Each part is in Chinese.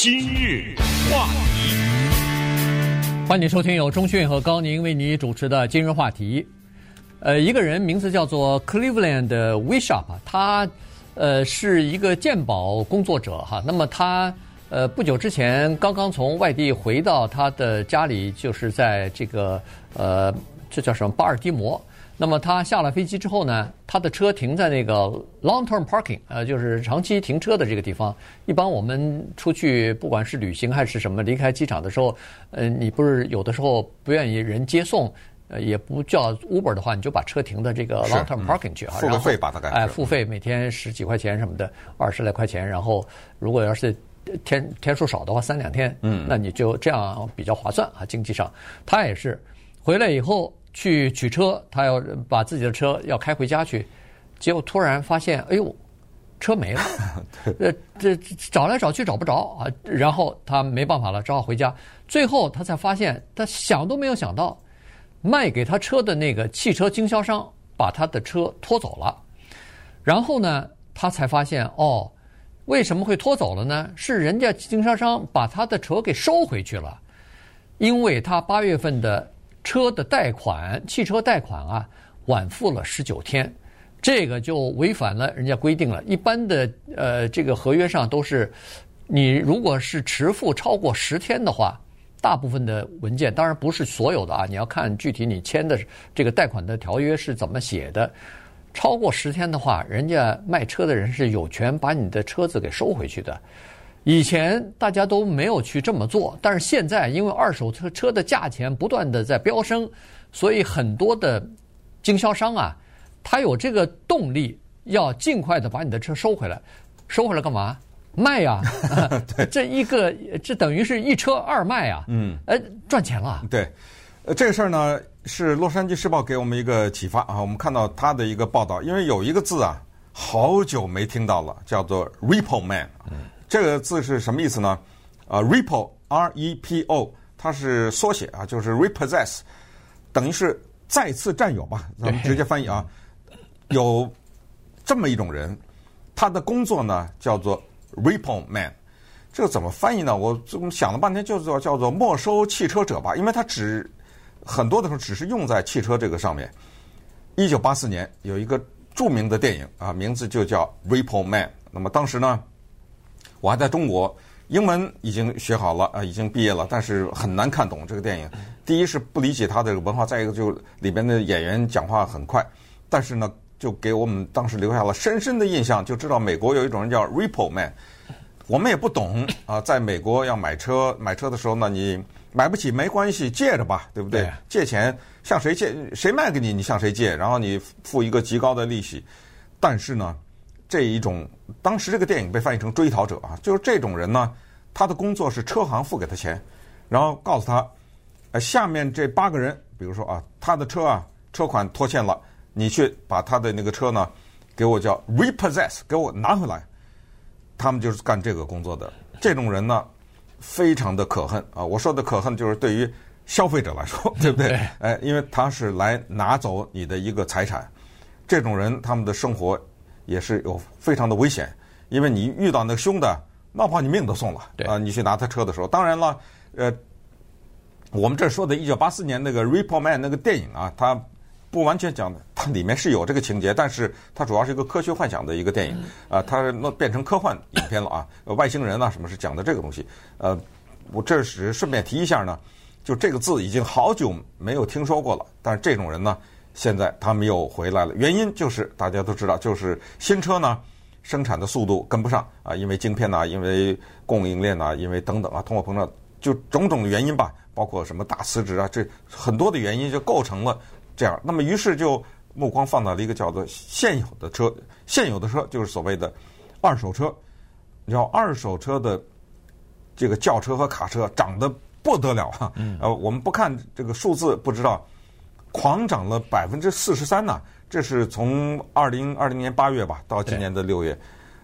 今日话题， 欢迎收听由钟迅和高宁为你主持的今日话题。一个人名字叫做 Cleveland Bishop， 他是一个健保工作者哈。那么他不久之前刚刚从外地回到他的家里，就是在这个这叫什么巴尔的摩。那么他下了飞机之后呢，他的车停在那个 long-term parking， 就是长期停车的这个地方。一般我们出去，不管是旅行还是什么，离开机场的时候，你不是有的时候不愿意人接送，也不叫 Uber 的话，你就把车停到这个 long-term parking 去啊， 付个费吧，大概付费每天10几块钱什么的，20来块钱。然后如果要是天数少的话，3-2天，那你就这样比较划算啊，经济上。他也是回来以后去取车，他要把自己的车要开回家去，结果突然发现，哎呦，车没了，这找来找去找不着啊，然后他没办法了，只好回家。最后他才发现，他想都没有想到，卖给他车的那个汽车经销商把他的车拖走了。然后呢，他才发现为什么会拖走了呢？是人家经销商把他的车给收回去了，因为他8月份的车的贷款，汽车贷款啊，晚付了19天，这个就违反了人家规定了。一般的这个合约上都是，你如果是迟付超过10天的话，大部分的文件，当然不是所有的啊，你要看具体你签的这个贷款的条约是怎么写的。超过10天的话，人家卖车的人是有权把你的车子给收回去的。以前大家都没有去这么做，但是现在因为二手车的价钱不断的在飙升，所以很多的经销商啊，他有这个动力要尽快的把你的车收回来。收回来干嘛？卖呀！这等于是一车二卖啊！赚钱了。 对，这个事儿呢是《洛杉矶时报》给我们一个启发啊。我们看到他的一个报道，因为有一个字啊，好久没听到了，叫做 Repo Man。这个字是什么意思呢？Repo R-E-P-O， 它是缩写啊，就是 repossess， 等于是再次占有吧。咱们直接翻译啊，有这么一种人，他的工作呢叫做 Repo Man。这个怎么翻译呢？我想了半天，叫做没收汽车者吧，因为它很多的时候只是用在汽车这个上面。1984年有一个著名的电影啊，名字就叫 Repo Man。那么当时呢，我还在中国，英文已经学好了已经毕业了，但是很难看懂这个电影。第一是不理解它的文化，再一个就里边的演员讲话很快，但是呢，就给我们当时留下了深深的印象，就知道美国有一种人叫 Repo Man。我们也不懂啊，在美国要买车的时候呢，你买不起没关系，借着吧，对不对？借钱向谁借，谁卖给你，你向谁借，然后你付一个极高的利息。但是呢，这一种当时这个电影被翻译成追逃者啊，就是这种人呢，他的工作是车行付给他钱，然后告诉他，下面这8个人，比如说啊，他的车款拖欠了，你去把他的那个车呢，给我叫 repossess， 给我拿回来。他们就是干这个工作的。这种人呢，非常的可恨啊！我说的可恨就是对于消费者来说，对不对？因为他是来拿走你的一个财产。这种人他们的生活也是有非常的危险，因为你遇到那个凶的，哪怕你命都送了啊！你去拿他车的时候，当然了，我们这说的1984年那个 Repo Man 那个电影啊，它不完全讲的，它里面是有这个情节，但是它主要是一个科学幻想的一个电影啊，它变成科幻影片了啊，外星人啊什么是讲的这个东西。我这是顺便提一下呢，就这个字已经好久没有听说过了，但是这种人呢，现在他们又回来了，原因就是大家都知道，就是新车呢生产的速度跟不上啊，因为晶片呐，因为供应链呐，因为等等啊，通货膨胀，就种种的原因吧，包括什么大辞职啊，这很多的原因就构成了这样。那么于是就目光放到了一个叫做现有的车就是所谓的二手车。你知道二手车的这个轿车和卡车涨得不得了啊！我们不看这个数字不知道，狂涨了43%呢。这是从2020年8月吧到今年的6月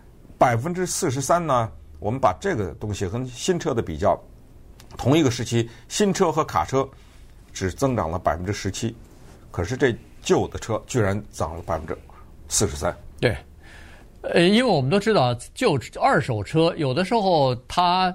，43%呢。我们把这个东西和新车的比较，同一个时期，新车和卡车只增长了17%，可是这旧的车居然涨了43%。 对，因为我们都知道，二手车有的时候它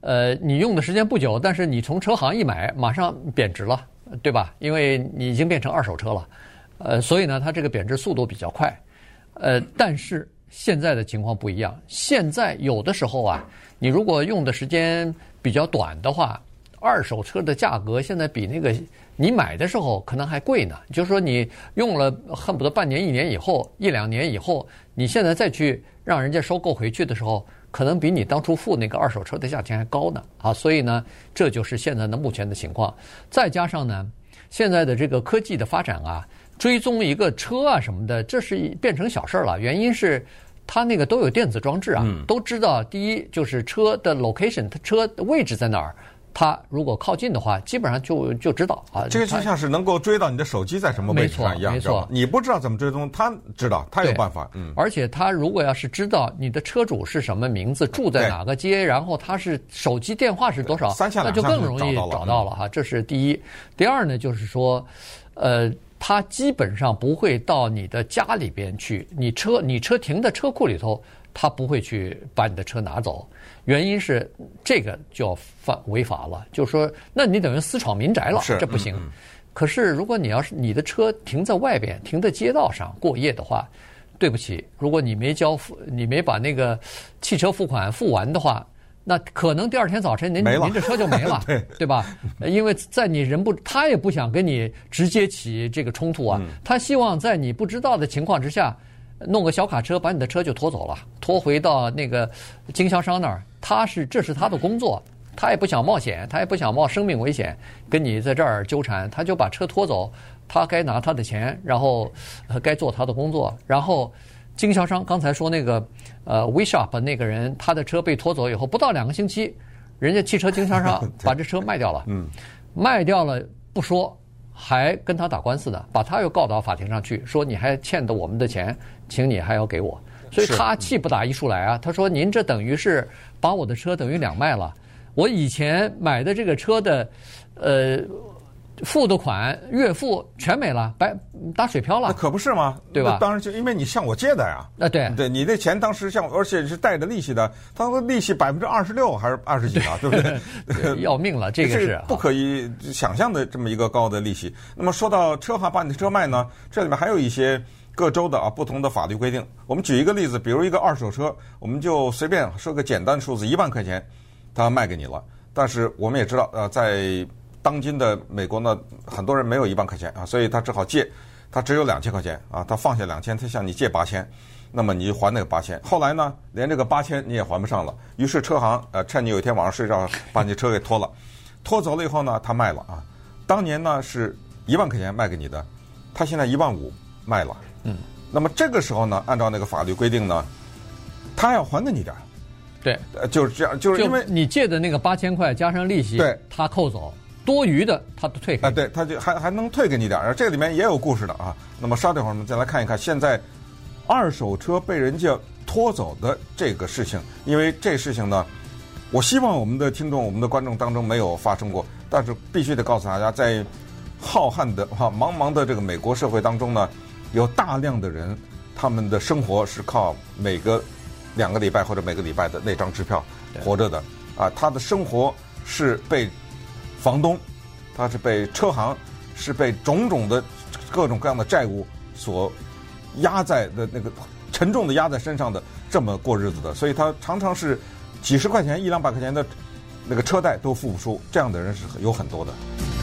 你用的时间不久，但是你从车行一买，马上贬值了，对吧？因为你已经变成二手车了，所以呢，它这个贬值速度比较快。但是现在的情况不一样，现在有的时候啊，你如果用的时间比较短的话，二手车的价格现在比那个你买的时候可能还贵呢。就是说你用了恨不得半年、1年以后、1-2年以后，你现在再去让人家收购回去的时候，可能比你当初付那个二手车的价钱还高呢啊！所以呢，这就是现在的目前的情况。再加上呢，现在的这个科技的发展啊，追踪一个车啊什么的，这是变成小事了。原因是它那个都有电子装置啊，都知道第一就是车的 location， 它车的位置在哪儿。它如果靠近的话，基本上就知道啊。 这个就像是能够追到你的手机在什么位置上一样， 没错。 你不知道怎么追踪，他知道，他有办法。 而且他如果要是知道你的车主是什么名字，住在哪个街，然后他是手机电话是多少，那就更容易找到了哈。这是第一。第二呢，就是说，他基本上不会到你的家里边去，你车停在车库里头，他不会去把你的车拿走。原因是这个就要违法了，就是说，那你等于私闯民宅了，这不行。可是如果你要是你的车停在外边，停在街道上过夜的话，对不起，如果你没把那个汽车付款付完的话，那可能第二天早晨您这车就没了，对吧？因为在你他也不想跟你直接起这个冲突啊，他希望在你不知道的情况之下，弄个小卡车把你的车就拖走了，拖回到那个经销商那儿。这是他的工作，他也不想冒险，他也不想冒生命危险跟你在这儿纠缠，他就把车拖走，他该拿他的钱，然后该做他的工作。然后经销商刚才说那个WeShop 那个人，他的车被拖走以后不到2个星期，人家汽车经销商把这车卖掉了，卖掉了不说，还跟他打官司呢，把他又告到法庭上去，说你还欠的我们的钱，请你还要给我。所以他气不打一处来啊！他说：“您这等于是把我的车等于2卖了。我以前买的这个车的，付的款、月付全没了，打水漂了。 那可不是吗？ 对吧？ 当然就因为你向我借的呀。对，你这钱当时而且是带着利息的，他说利息26%还是20几啊，对不对？ 要命了，这个是不可以想象的这么一个高的利息。那么说到车行把你的车卖呢，这里面还有一些各州的不同的法律规定。我们举一个例子，比如一个二手车，我们就随便说个简单的数字，1万块钱，他卖给你了。但是我们也知道，在当今的美国呢，很多人没有1万块钱啊，所以他只好借，他只有2000块钱啊，他放下2000，他向你借8000，那么你就还那个8000。后来呢，连这个8000你也还不上了，于是车行趁你有一天晚上睡觉，把你车给拖了，拖走了以后呢，他卖了啊。当年呢是1万块钱卖给你的，他现在15000卖了。那么这个时候呢，按照那个法律规定呢，他要还给你点儿。 对， 就是这样，就是因为你借的那个8000块加上利息， 对， 他扣走，多余的他都退给你。 对，他就还能退给你点儿。这里面也有故事的啊。那么稍等会儿我们再来看一看现在二手车被人家拖走的这个事情，因为这事情呢，我希望我们的听众、我们的观众当中没有发生过，但是必须得告诉大家，在浩瀚的茫茫的这个美国社会当中呢，有大量的人，他们的生活是靠每个2个礼拜或者每个礼拜的那张支票活着的啊，他的生活是被房东，他是被车行，是被种种的各种各样的债务所压在的那个沉重的压在身上的，这么过日子的，所以他常常是几十块钱、100-200块钱的那个车贷都付不出，这样的人是有很多的。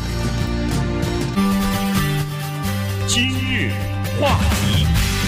今日话题，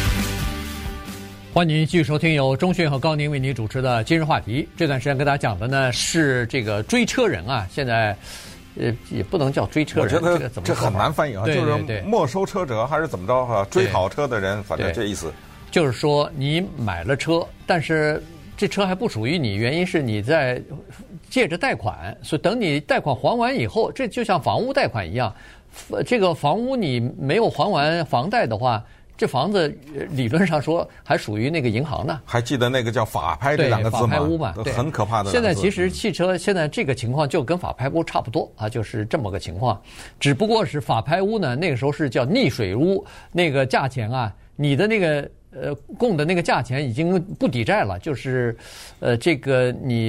欢迎您继续收听由钟迅和高宁为您主持的今日话题。这段时间跟大家讲的呢是这个追车人啊，现在也不能叫追车人， 我觉得这很难翻译啊，就是没收车者还是怎么着啊？追跑车的人，反正这意思。 就是说你买了车，但是这车还不属于你，原因是你在借着贷款，所以等你贷款还完以后，这就像房屋贷款一样，这个房屋你没有还完房贷的话，这房子理论上说还属于那个银行呢。 还记得那个叫法拍这2个字吗？ 法拍屋嘛， 很可怕的。 现在其实汽车现在这个情况就跟法拍屋差不多啊，就是这么个情况。只不过是法拍屋呢，那个时候是叫逆水屋，那个价钱啊，你的那个供的那个价钱已经不抵债了，就是这个你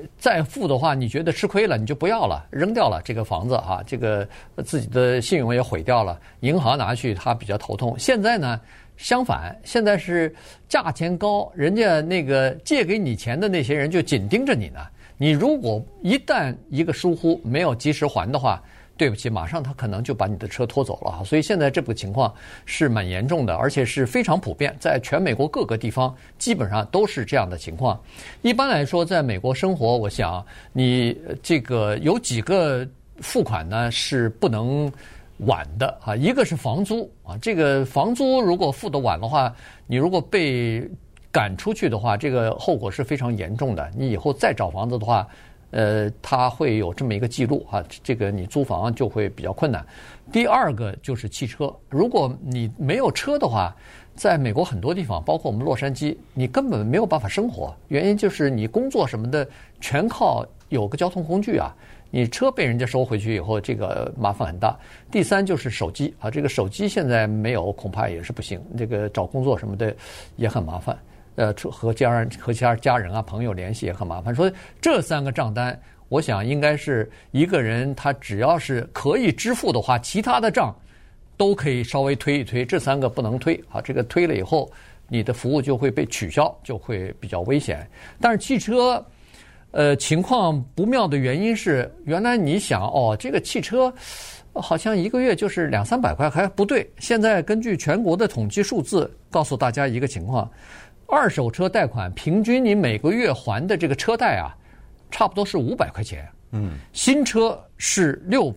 再付的话，你觉得吃亏了，你就不要了，扔掉了这个房子啊，这个自己的信用也毁掉了，银行拿去他比较头痛。现在呢，相反，现在是价钱高，人家那个借给你钱的那些人就紧盯着你呢。你如果一旦一个疏忽没有及时还的话，对不起，马上他可能就把你的车拖走了。所以现在这个情况是蛮严重的，而且是非常普遍，在全美国各个地方基本上都是这样的情况。一般来说，在美国生活，我想你这个有几个付款呢是不能晚的啊，一个是房租啊，这个房租如果付得晚的话，你如果被赶出去的话，这个后果是非常严重的。你以后再找房子的话，它会有这么一个记录啊，这个你租房就会比较困难。第二个就是汽车，如果你没有车的话，在美国很多地方，包括我们洛杉矶，你根本没有办法生活。原因就是你工作什么的全靠有个交通工具啊，你车被人家收回去以后，这个麻烦很大。第三就是手机啊，这个手机现在没有恐怕也是不行，这个找工作什么的也很麻烦。和其他家人啊朋友联系也很麻烦。所以这3个账单，我想应该是一个人他只要是可以支付的话，其他的账都可以稍微推一推，这3个不能推啊。这个推了以后，你的服务就会被取消，就会比较危险。但是汽车，情况不妙的原因是，原来你想这个汽车好像一个月就是200-300块，还不对。现在根据全国的统计数字，告诉大家一个情况。二手车贷款平均你每个月还的这个车贷啊，差不多是500块钱。新车是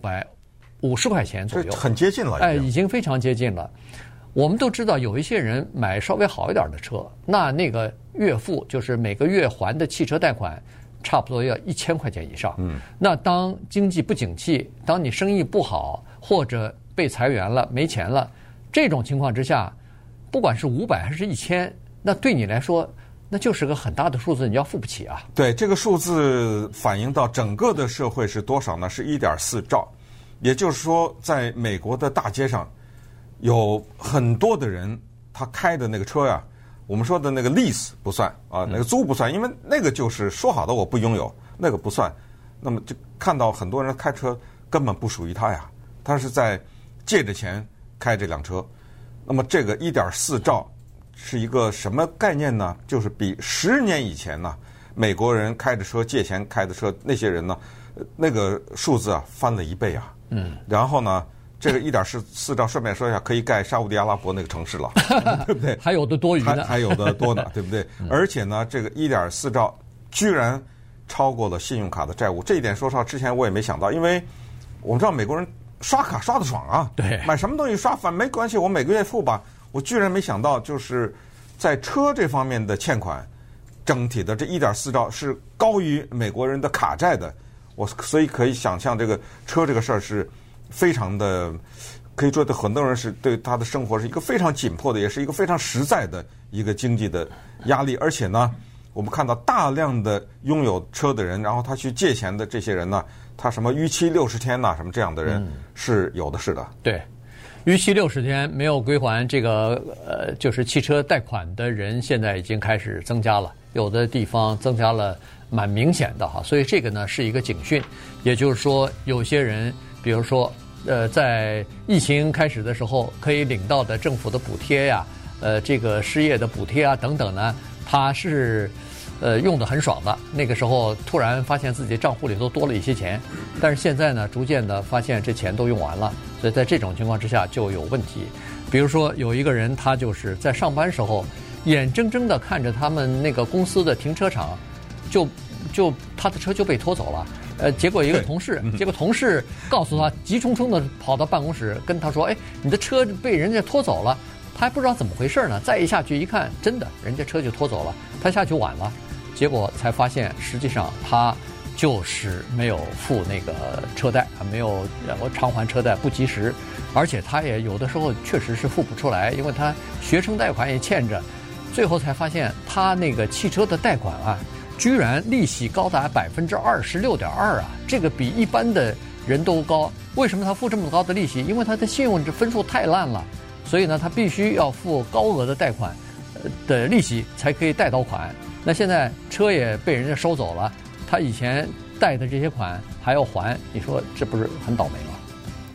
650块钱左右， 很接近了。 已经非常接近了。我们都知道有一些人买稍微好一点的车，那个月付就是每个月还的汽车贷款差不多要1000块钱以上。那当经济不景气，当你生意不好或者被裁员了没钱了，这种情况之下，不管是500还是1000，那对你来说，那就是个很大的数字，你要付不起啊。 对，这个数字反映到整个的社会是多少呢？是1.4兆。也就是说，在美国的大街上，有很多的人，他开的那个车呀，我们说的那个 lease 不算啊，那个租不算，因为那个就是说好的我不拥有，那个不算。那么就看到很多人开车根本不属于他呀，他是在借着钱开这辆车。那么这个1.4兆。是一个什么概念呢？就是比10年以前呢，美国人开着车借钱开的车，那些人呢，那个数字啊翻了1倍啊。然后呢，这个1.4兆，顺便说一下，可以盖沙烏地阿拉伯那个城市了，对不对？ 还有的多余呢， 还有的多呢，对不对？而且呢，这个1.4兆居然超过了信用卡的债务，这一点说实话，之前我也没想到，因为我们知道美国人刷卡刷得爽啊， 对， 买什么东西刷反没关系，我每个月付吧。我居然没想到，就是在车这方面的欠款，整体的这1.4兆是高于美国人的卡债的。所以可以想象，这个车这个事儿是非常的，可以说对很多人是对他的生活是一个非常紧迫的，也是一个非常实在的一个经济的压力。而且呢，我们看到大量的拥有车的人，然后他去借钱的这些人呢，他什么逾期60天呐，什么这样的人是有的是的。 对。逾期60天没有归还这个就是汽车贷款的人，现在已经开始增加了，有的地方增加了蛮明显的哈，所以这个呢是一个警讯，也就是说有些人，比如说在疫情开始的时候可以领到的政府的补贴呀，这个失业的补贴啊等等呢，他是用得很爽的，那个时候突然发现自己账户里都多了一些钱，但是现在呢，逐渐的发现这钱都用完了，所以在这种情况之下就有问题。比如说有一个人，他就是在上班时候，眼睁睁的看着他们那个公司的停车场，就他的车就被拖走了。结果同事告诉他，急匆匆的跑到办公室跟他说：“哎，你的车被人家拖走了。”他还不知道怎么回事呢，再一下去一看，真的，人家车就拖走了，他下去晚了，结果才发现，实际上他就是没有付那个车贷啊，没有偿还车贷不及时，而且他也有的时候确实是付不出来，因为他学生贷款也欠着，最后才发现他那个汽车的贷款啊，居然利息高达26.2%啊，这个比一般的人都高。为什么他付这么高的利息？因为他的信用分数太烂了。所以呢，他必须要付高额的贷款的利息才可以贷到款。那现在车也被人家收走了， 他以前贷的这些款还要还，你说这不是很倒霉吗？